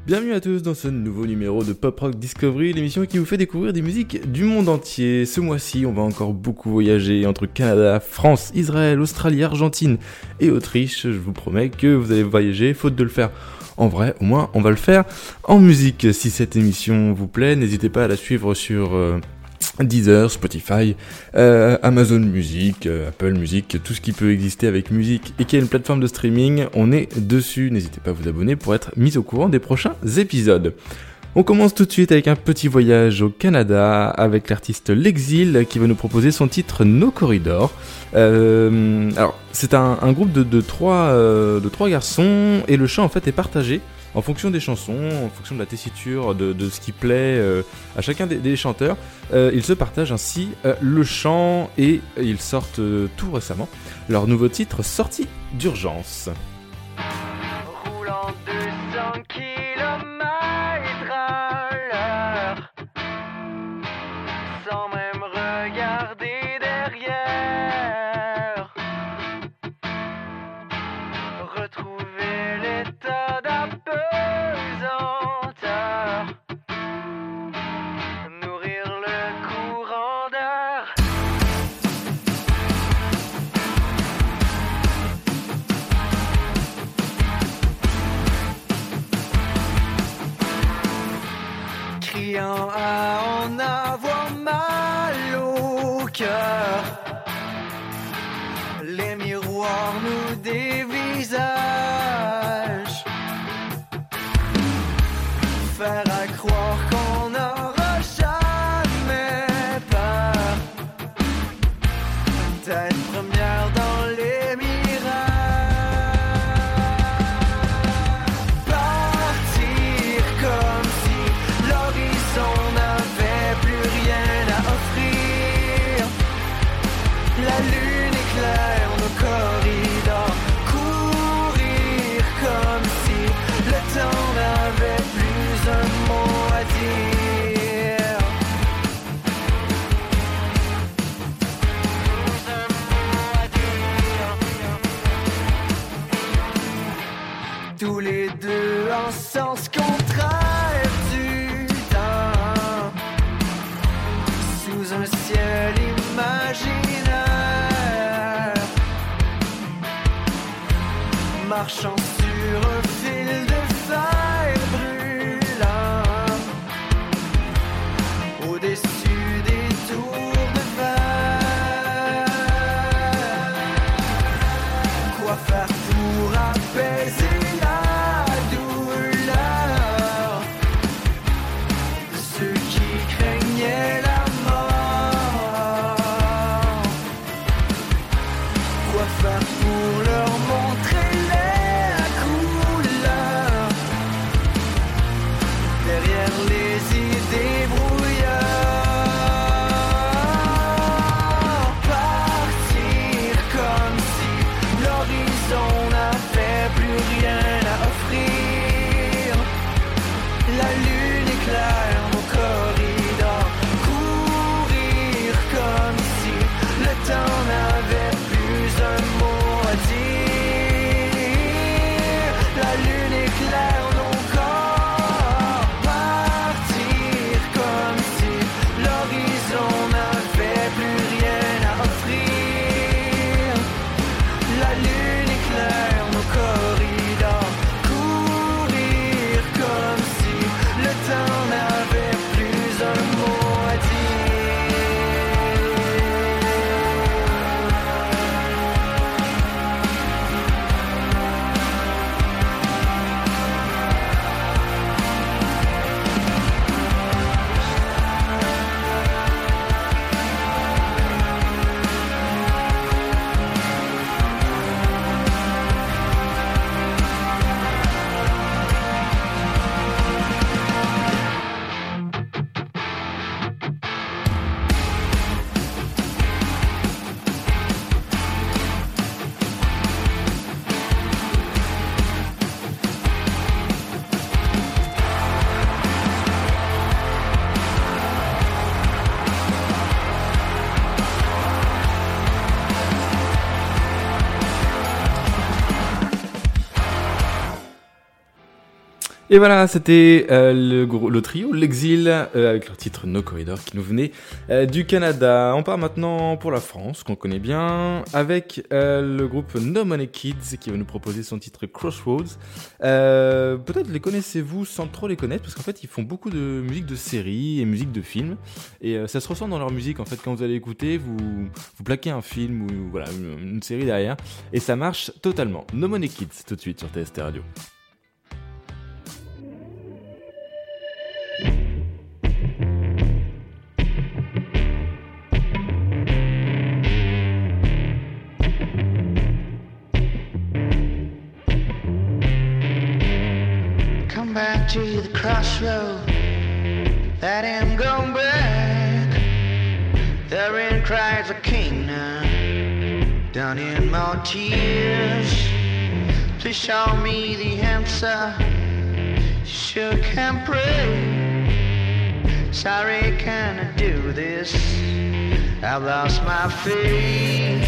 Bienvenue à tous dans ce nouveau numéro de Pop Rock Discovery, l'émission qui vous fait découvrir des musiques du monde entier. Ce mois-ci, on va encore beaucoup voyager entre Canada, France, Israël, Australie, Argentine et Autriche. Je vous promets que vous allez voyager, faute de le faire en vrai, au moins on va le faire en musique. Si cette émission vous plaît, n'hésitez pas à la suivre sur Deezer, Spotify, Amazon Music, Apple Music, tout ce qui peut exister avec musique et qui a une plateforme de streaming, on est dessus. N'hésitez pas à vous abonner pour être mis au courant des prochains épisodes. On commence tout de suite avec un petit voyage au Canada avec l'artiste L'Exil qui va nous proposer son titre No Corridor. Alors c'est un groupe de trois garçons et le chant en fait est partagé en fonction des chansons, en fonction de la tessiture, de ce qui plaît à chacun des chanteurs. Ils se partagent ainsi le chant et ils sortent tout récemment leur nouveau titre sorti d'urgence. Roulant 200 km à l'heure, sans même regarder derrière, retrouver l'état d'apesanteur, nourrir le courant d'air. Criant à en avoir mal au cœur, les miroirs nous dévisagent, faire à croire qu'on n'aura jamais peur d'être première dans les mirages. Partir comme si l'horizon n'avait plus rien à offrir. La lune éclaire nos corridors. Courir comme si le temps n'avait plus un mot à dire. Plus un mot à dire. Tous les deux en sens contraire du temps, sous un ciel imaginaire, marchant sur un fil de fer brûlant, au-dessus des tours de verre. Quoi faire pour apaiser la douleur de ceux qui craignaient la mort? Quoi faire pour leur montrer les couleurs derrière les idées brouillards? Partir comme si l'horizon n'avait plus rien à offrir. La lune éclaire nos corridors. Courir comme si le temps n'avait plus un mot à dire. La lune éclaire nos corps. Partir comme si l'horizon n'avait plus rien à offrir. La lune éclaire Et voilà, c'était le trio L'Exil avec leur titre No Corridor qui nous venait du Canada. On part maintenant pour la France, qu'on connaît bien, avec le groupe No Money Kids qui va nous proposer son titre Crossroads. Peut-être les connaissez-vous sans trop les connaître, parce qu'en fait ils font beaucoup de musique de séries et musique de films. Et ça se ressent dans leur musique, en fait, quand vous allez écouter, vous plaquez un film ou voilà, une série derrière, et ça marche totalement. No Money Kids tout de suite sur TST Radio. Back to the crossroad, let him go back. Therein cries a king now, down in more tears. Please show me the answer, sure can pray. Sorry, can I do this? I've lost my faith.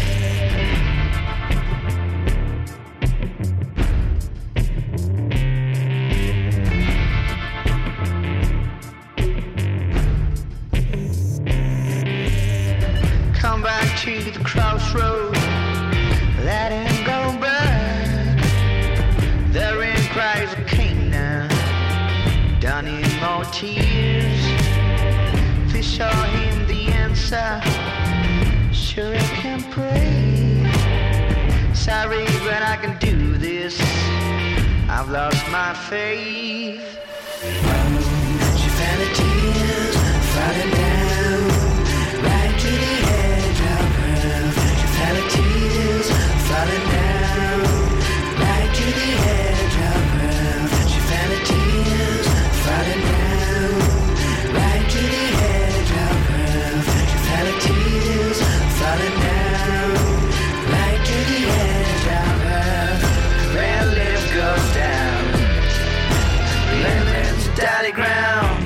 Come back to the crossroad, let him go back. Therein cries a king now, down in more tears. Please show him the answer, sure he can pray. Sorry, but I can do this, I've lost my faith. She fell a tears, falling down, right to the edge of her. She fell a tears, falling down, right to the edge of her. She fell a tears, falling down, right to the edge of her. She fell a tears, falling down, right to the edge of her. Red lip goes down, lemons to daddy ground.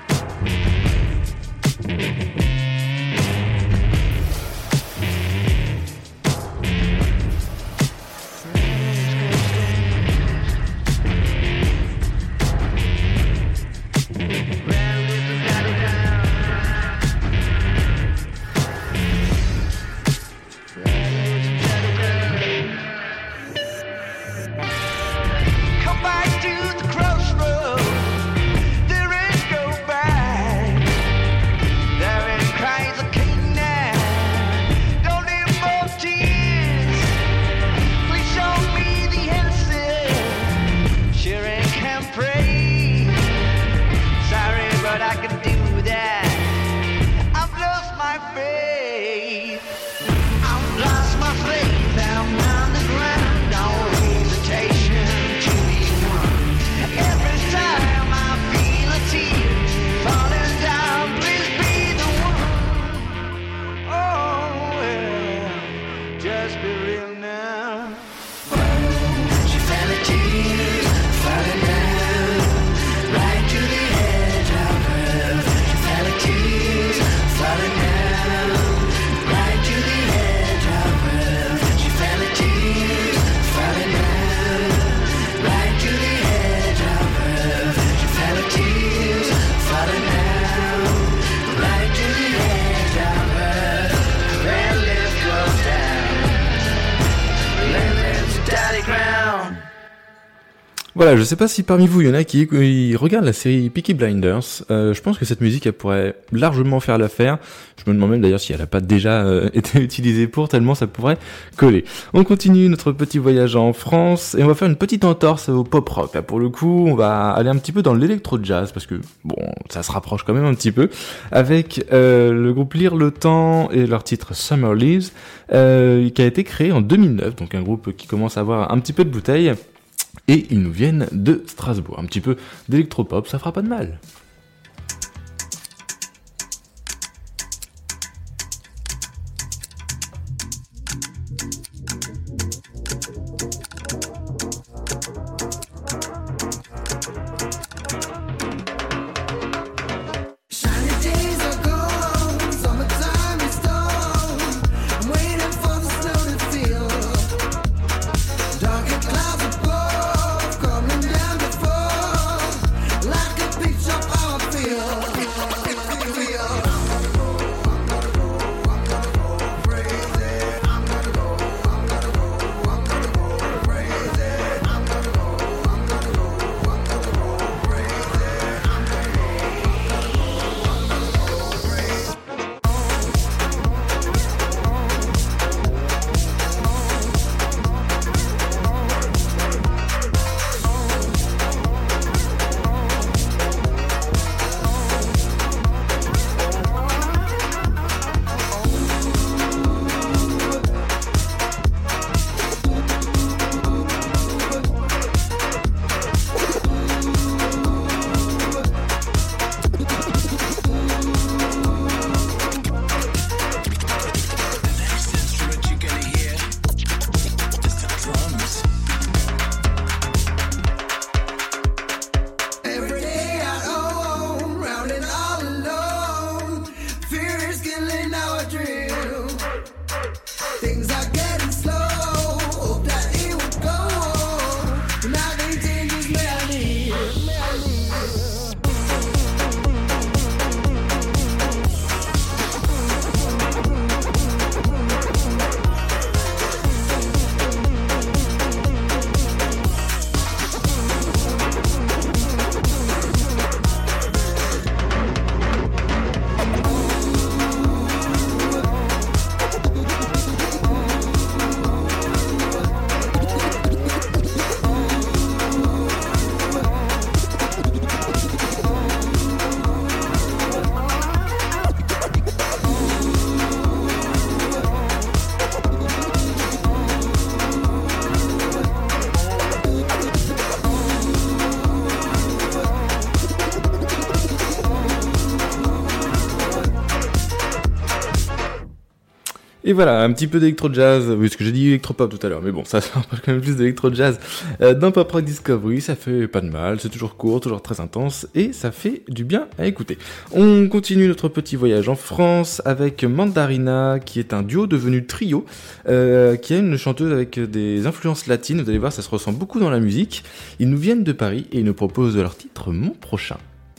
Come back to the crossroad, there ain't no back. Therein cries a king now, don't need more tears. Please show me the answer, sure ain't can pray. Sorry, but I can do that, I've lost my faith. I've lost my faith, I'm on the ground, no hesitation to be won. Every time I feel a tear falling down, please be the one. Oh, well, just be real now. She fell a tear, falling down, right to the edge of her. She fell a tear, falling down, right to the edge of her. She fell a tear, falling down, right to the edge of her. She fell a tear, falling down, right to the edge of her. Red lip goes down, lemons to daddy ground. Voilà, je sais pas si parmi vous il y en a qui regardent la série Peaky Blinders. Je pense que cette musique elle pourrait largement faire l'affaire. Je me demande même d'ailleurs si elle a pas déjà été utilisée pour, tellement ça pourrait coller. On continue notre petit voyage en France et on va faire une petite entorse au pop rock. Là, pour le coup, on va aller un petit peu dans l'électro-jazz parce que bon, ça se rapproche quand même un petit peu avec le groupe Lire le Temps et leur titre Summer Leaves qui a été créé en 2009, donc un groupe qui commence à avoir un petit peu de bouteille. Et ils nous viennent de Strasbourg. Un petit peu d'électropop, ça fera pas de mal. Dark clouds above, coming down to fall. Et voilà, un petit peu d'électro-jazz, oui, ce que j'ai dit électro-pop tout à l'heure, mais bon, ça sera quand même plus d'électro-jazz dans Pop Rock Discovery, ça fait pas de mal, c'est toujours court, toujours très intense, et ça fait du bien à écouter. On continue notre petit voyage en France avec Mandarina, qui est un duo devenu trio, qui a une chanteuse avec des influences latines, vous allez voir, ça se ressent beaucoup dans la musique. Ils nous viennent de Paris et ils nous proposent leur titre Mon Prochain.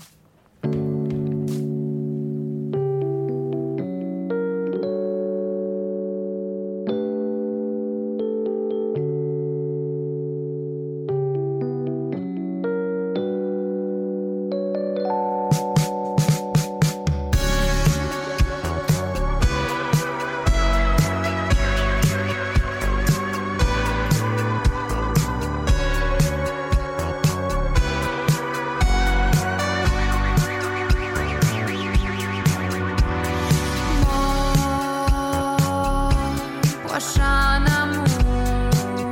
Prochain amour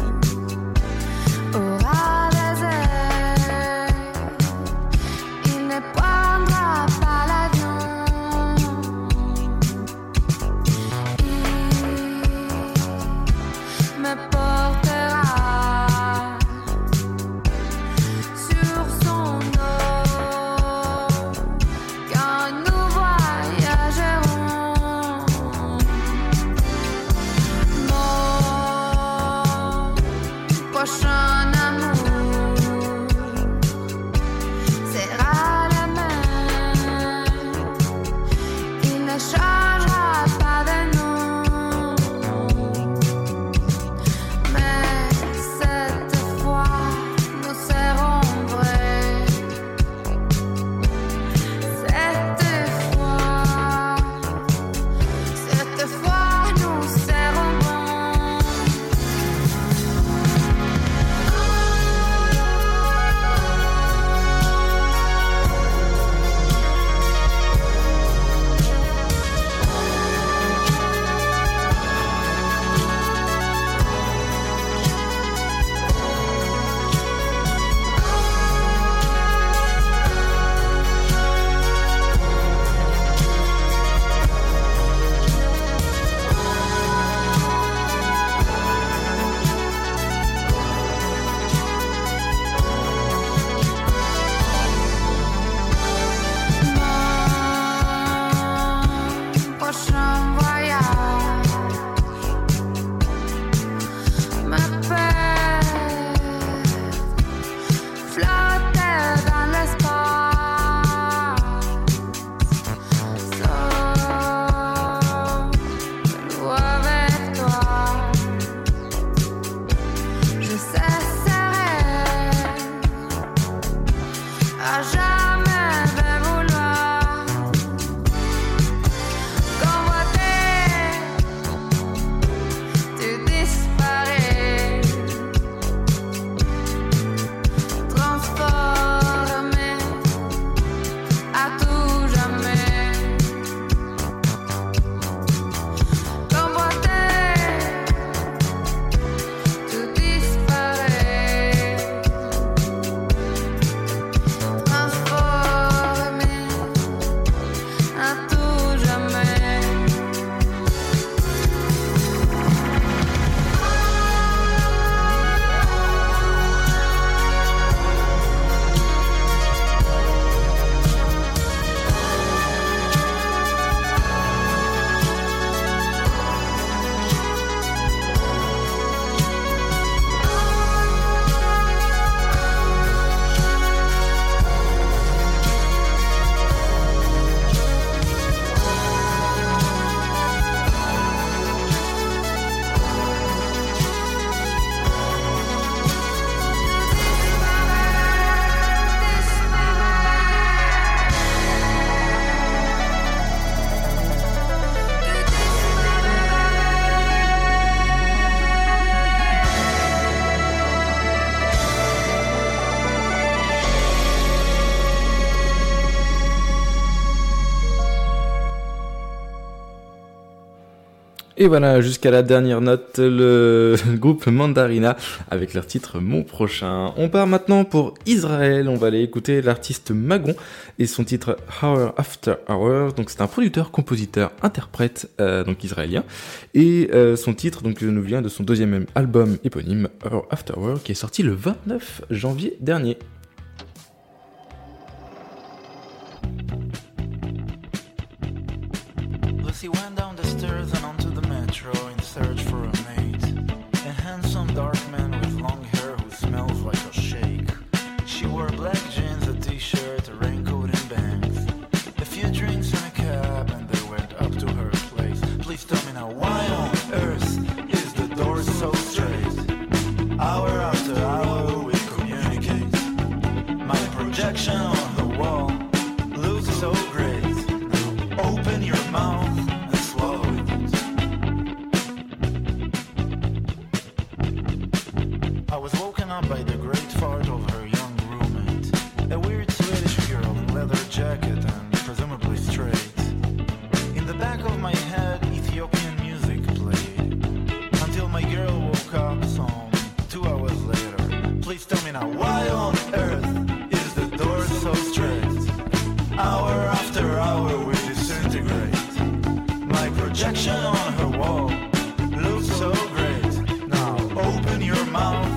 aura des ailes, il ne prendra pas l'avion, il me portera sur son dos quand nous voyagerons. Prochain amour serra la main, il ne changera pas de nom, mais cette fois nous serons vrais, cette fois nous serons bons. Et voilà, jusqu'à la dernière note, le groupe Mandarina avec leur titre Mon Prochain. On part maintenant pour Israël, on va aller écouter l'artiste Magon et son titre Hour After Hour. Donc c'est un producteur, compositeur, interprète donc israélien. Et son titre donc nous vient de son deuxième album éponyme Hour After Hour qui est sorti le 29 janvier dernier. Lucy went down the stairs and onto the metro in search for a mate. A handsome dark man with long hair who smells like a shake. She wore black jeans, a t-shirt, a raincoat and bangs. A few drinks in a cab and they went up to her place. Please tell me now, why on earth is the door so straight? Hour after hour we communicate. My projection on the wall looks so great. Now open your mouth. I was woken up by the great fart of her young roommate. A weird Swedish girl in leather jacket and presumably straight. In the back of my head, Ethiopian music played. Until my girl woke up some 2 hours later. Please tell me now, why on earth is the door so straight? Hour after hour we disintegrate. My projection on her wall looks so great. Now open your mouth.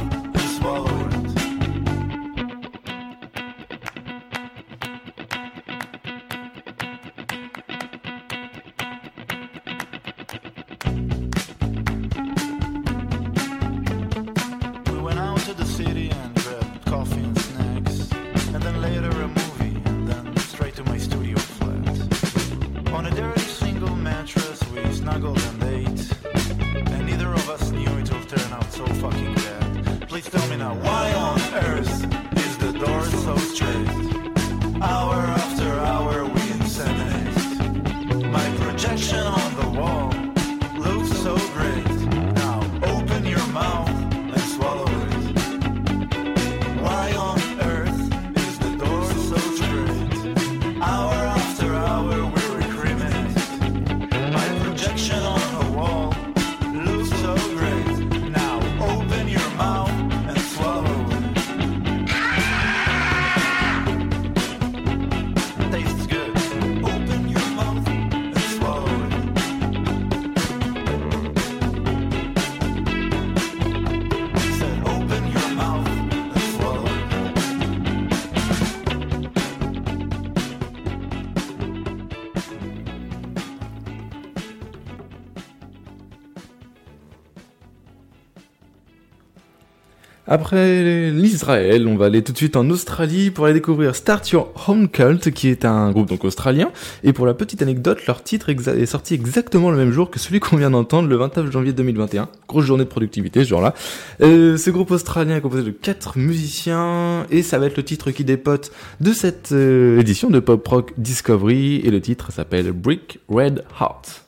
Après l'Israël, on va aller tout de suite en Australie pour aller découvrir Start Your Home Cult, qui est un groupe donc australien. Et pour la petite anecdote, leur titre est sorti exactement le même jour que celui qu'on vient d'entendre, le 29 janvier 2021. Grosse journée de productivité ce jour-là. Ce groupe australien est composé de 4 musiciens et ça va être le titre qui dépote de cette édition de Pop Rock Discovery. Et le titre s'appelle Brick Red Heart.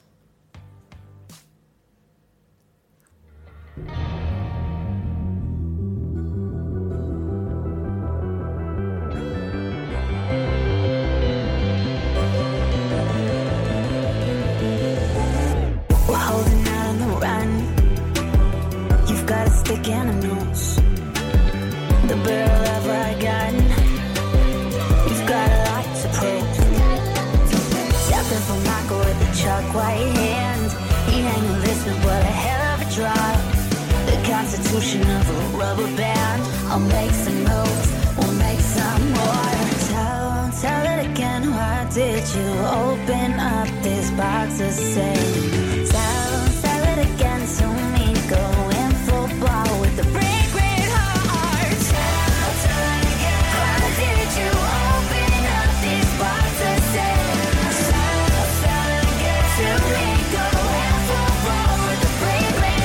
Stick in a nose, the barrel of a gun. You've got a lot to prove. Stepping from Michael with a chalk white hand. He ain't no listener, but a hell of a drive. The constitution of a rubber band. I'll make some moves, we'll make some more. Tell it again. Why did you open up this box of sand? Tell it again to me. Go. With the brick red heart. Tell it again. Why did you open up this box of sand? Tell it again. To me, go and fall with the brick red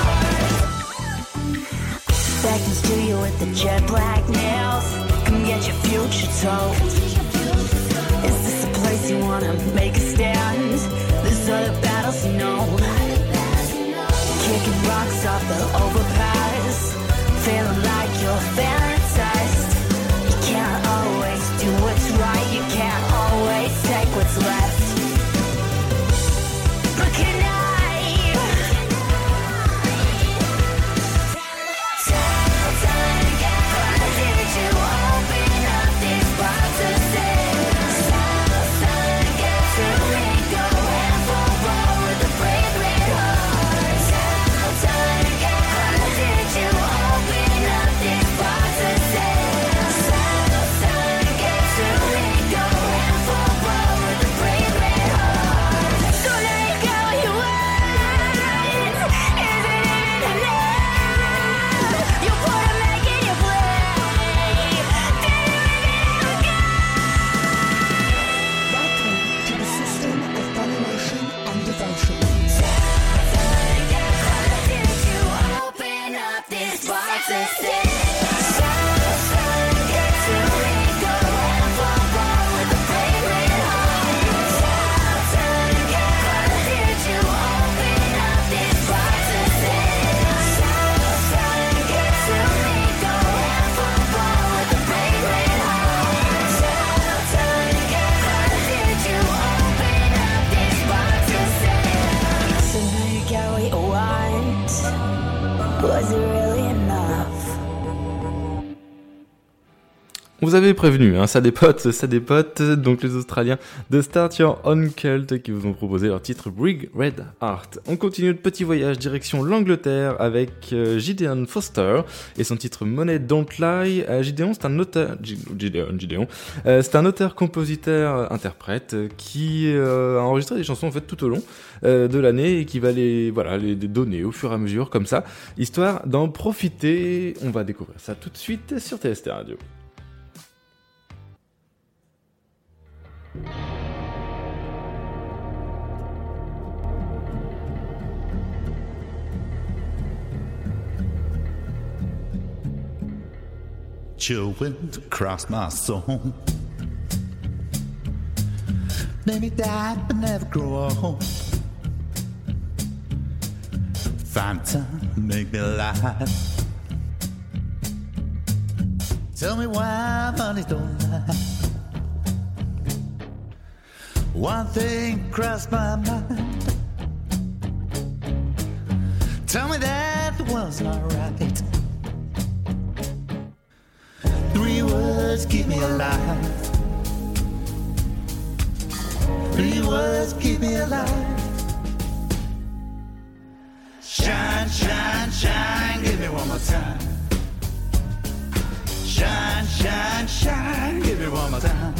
heart. Back in studio with the jet black nails. Come get your future told. Is this a place you wanna make a stand? There's other battles you know. Kicking rocks off the overpass, feeling like you're fantasized. You can't always do what's right, you can't always take what's left. But can I this bar to sit. Son, get to me, go and fall with a fragrant heart. Son, why did you open up this bar to sit? Son, get to me, go and fall with a fragrant heart. Son, why did you open up this bar to sit? So now you got what you want. Was it really enough? On vous avait prévenu, hein, ça dépote, donc les Australiens de Start Your Own Cult qui vous ont proposé leur titre Big Red Heart. On continue notre petit voyage direction l'Angleterre avec Gideon Foster et son titre Money Don't Lie. Gideon, c'est un auteur, c'est un auteur-compositeur-interprète qui a enregistré des chansons en fait tout au long de l'année et qui va les donner au fur et à mesure comme ça, histoire d'en profiter. On va découvrir ça tout de suite sur TST Radio. Chill wind across my soul. Made me die but never grow old. Find time to make me alive. Tell me why money don't lie. One thing crossed my mind. Tell me that the world's not right. 3 words keep me alive. 3 words keep me alive. Shine, shine, shine, give me one more time. Shine, shine, shine, give me one more time.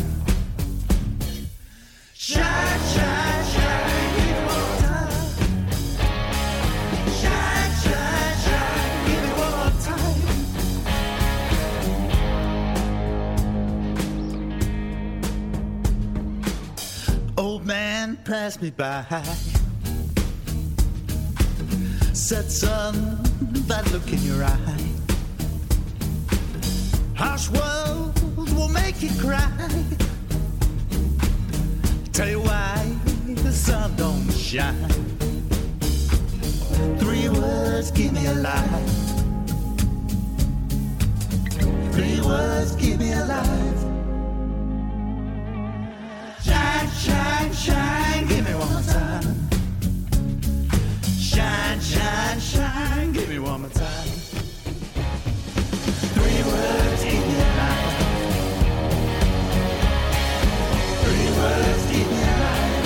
Shine, shine, shine, give me one more time. Shine, shine, shine, give me one more time. Old man passed me by. Said, son, that look in your eye. Harsh world will make you cry. Tell you why the sun don't shine. 3 words keep me alive. 3 words keep me alive. Shine, shine, shine, give me one more time. Shine, shine, shine, give me one more time. 3 words keep me alive. 3 words keep me alive.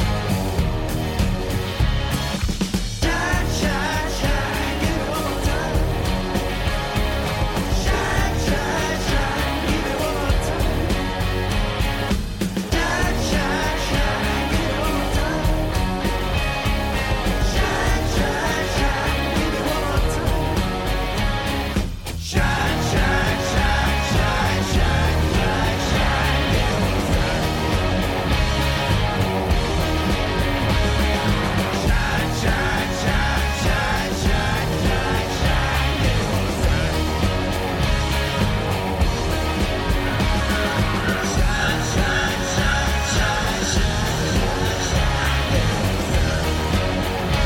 Shine, shine, shine, give me one more time. Shine, shine, shine, give me one more time. Shine, shine, shine, give me one more time. Shine, shine, shine, give me one more time. Shine, shine, shine, shine, shine, shine, shine, give me one more time. Shine, shine, shine, shine, shine, shine, shine, give me one more time. Shine, shine, shine, shine, shine, shine, give me one more time.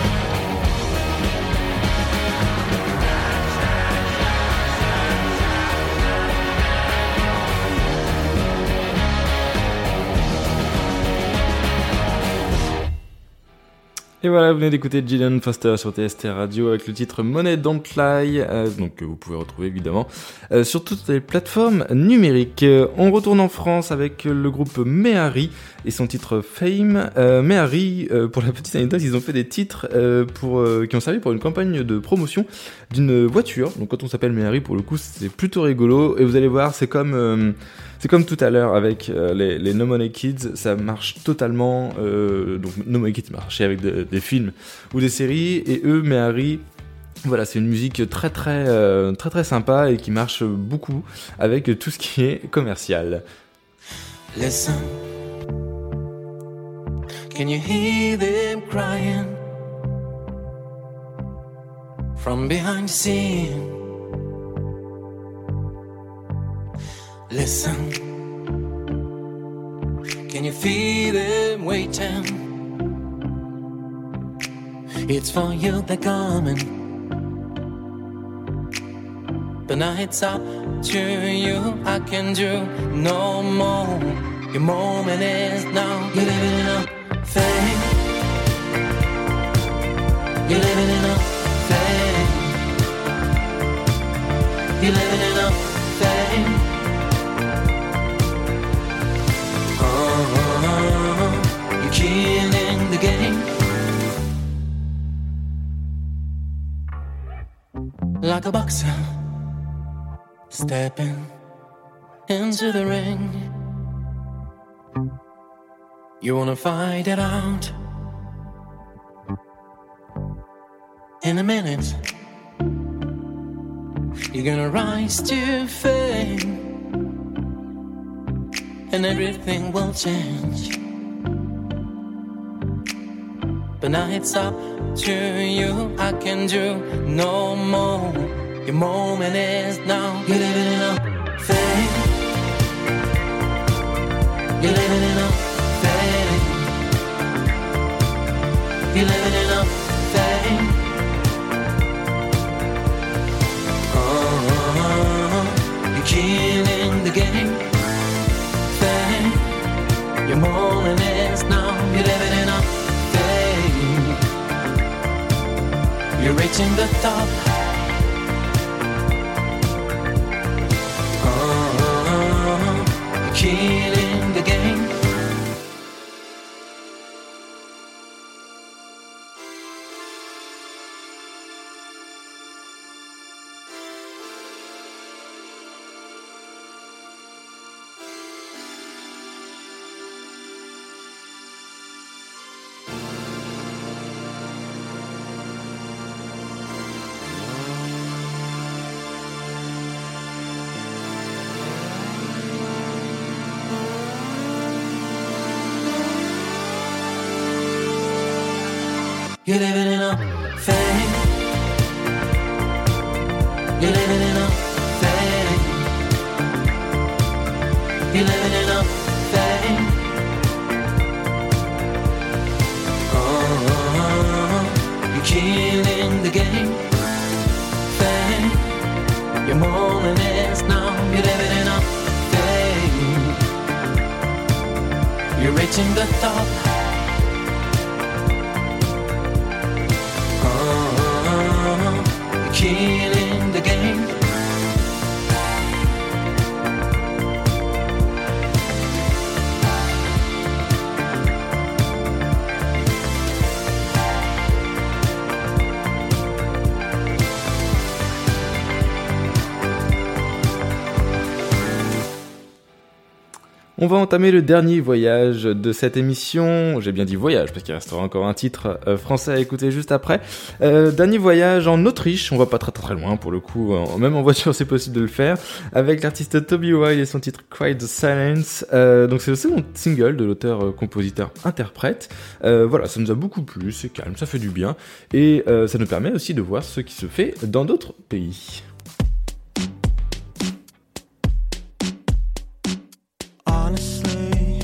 Et voilà, vous venez d'écouter Gideon Foster sur TST Radio avec le titre Money Don't Lie, donc que vous pouvez retrouver évidemment sur toutes les plateformes numériques. On retourne en France avec le groupe Méhari et son titre Fame. Méhari, pour la petite anecdote, ils ont fait des titres qui ont servi pour une campagne de promotion d'une voiture. Donc quand on s'appelle Méhari, pour le coup, c'est plutôt rigolo. Et vous allez voir, c'est comme tout à l'heure avec les No Money Kids, ça marche totalement. Donc No Money Kids marchait avec des films ou des séries, et eux, Méhari, voilà, c'est une musique très sympa et qui marche beaucoup avec tout ce qui est commercial. Listen, can you hear them crying from behind the scene? Listen, can you feel them waiting? It's for you they're coming, but now it's up to you. I can do no more. Your moment is now. You're living in a fame. You're living in a fame. You're living in a fame. You're killing the game. Like a boxer stepping into the ring. You wanna fight it out. In a minute, you're gonna rise to fame, and everything will change. But now it's up to you. I can do no more. Your moment is now. You're living in a fame. You're living in a fame. You're living in a fame. You're killing the game. Fame. Your moment is now. You're living in a fame. You're reaching the top. You're killing the game. You're living in a fame. You're living in a fame. You're living in a fame. You're killing the game. Fame. Your moment is now. You're living in a fame. You're reaching the top. Killing the game. On va entamer le dernier voyage de cette émission. J'ai bien dit voyage parce qu'il restera encore un titre français à écouter juste après. Dernier voyage en Autriche. On va pas très loin pour le coup. Même en voiture, c'est possible de le faire. Avec l'artiste Toby Wilde et son titre Cry the Silence. Donc c'est le second single de l'auteur, compositeur, interprète. Voilà, ça nous a beaucoup plu. C'est calme, ça fait du bien. Et ça nous permet aussi de voir ce qui se fait dans d'autres pays. Honestly,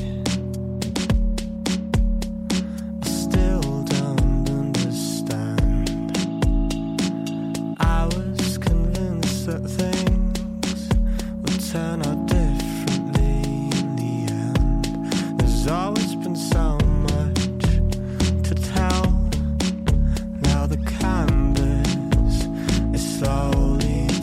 I still don't understand. I was convinced that things would turn out differently in the end. There's always been so much to tell. Now the canvas is slowly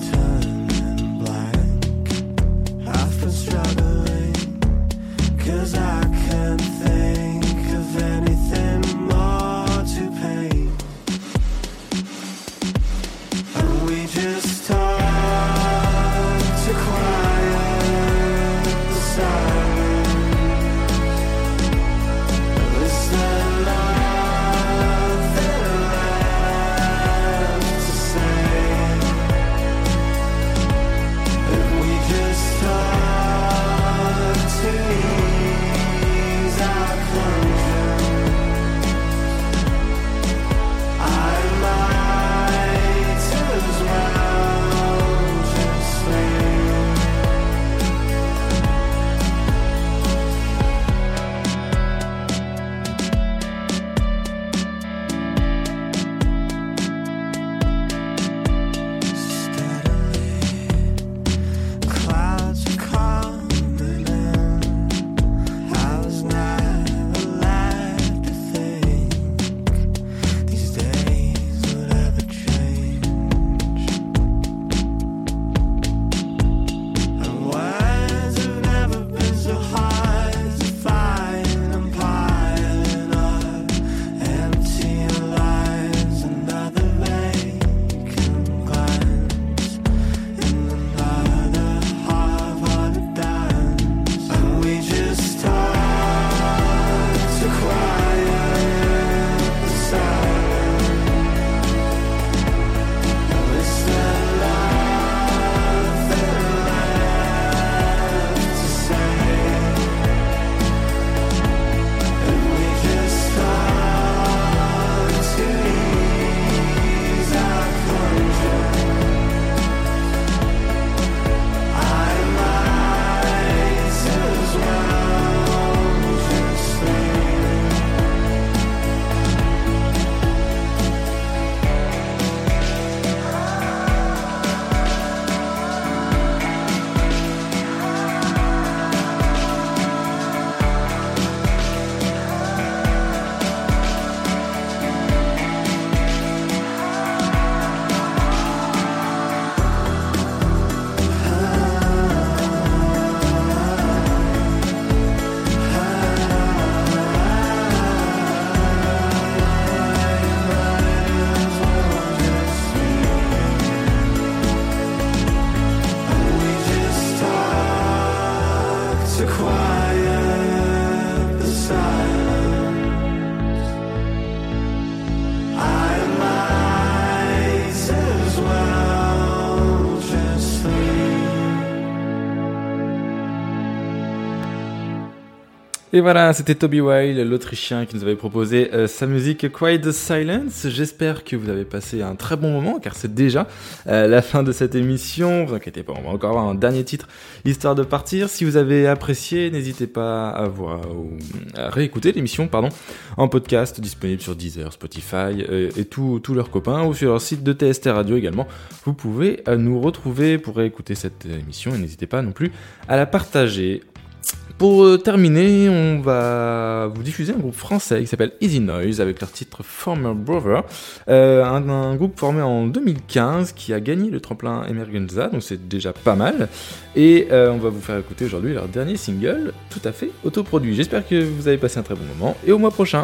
Et voilà, c'était Toby Wilde, l'Autrichien, qui nous avait proposé sa musique Quiet the Silence. J'espère que vous avez passé un très bon moment, car c'est déjà la fin de cette émission. Vous inquiétez pas, on va encore avoir un dernier titre, histoire de partir. Si vous avez apprécié, n'hésitez pas à à réécouter l'émission, en podcast, disponible sur Deezer, Spotify et tous leurs copains, ou sur leur site de TST Radio également. Vous pouvez nous retrouver pour réécouter cette émission, et n'hésitez pas non plus à la partager. Pour terminer, on va vous diffuser un groupe français qui s'appelle Easy Noise avec leur titre Former Brother, un groupe formé en 2015 qui a gagné le tremplin Emergenza, donc c'est déjà pas mal. Et on va vous faire écouter aujourd'hui leur dernier single, tout à fait autoproduit. J'espère que vous avez passé un très bon moment et au mois prochain.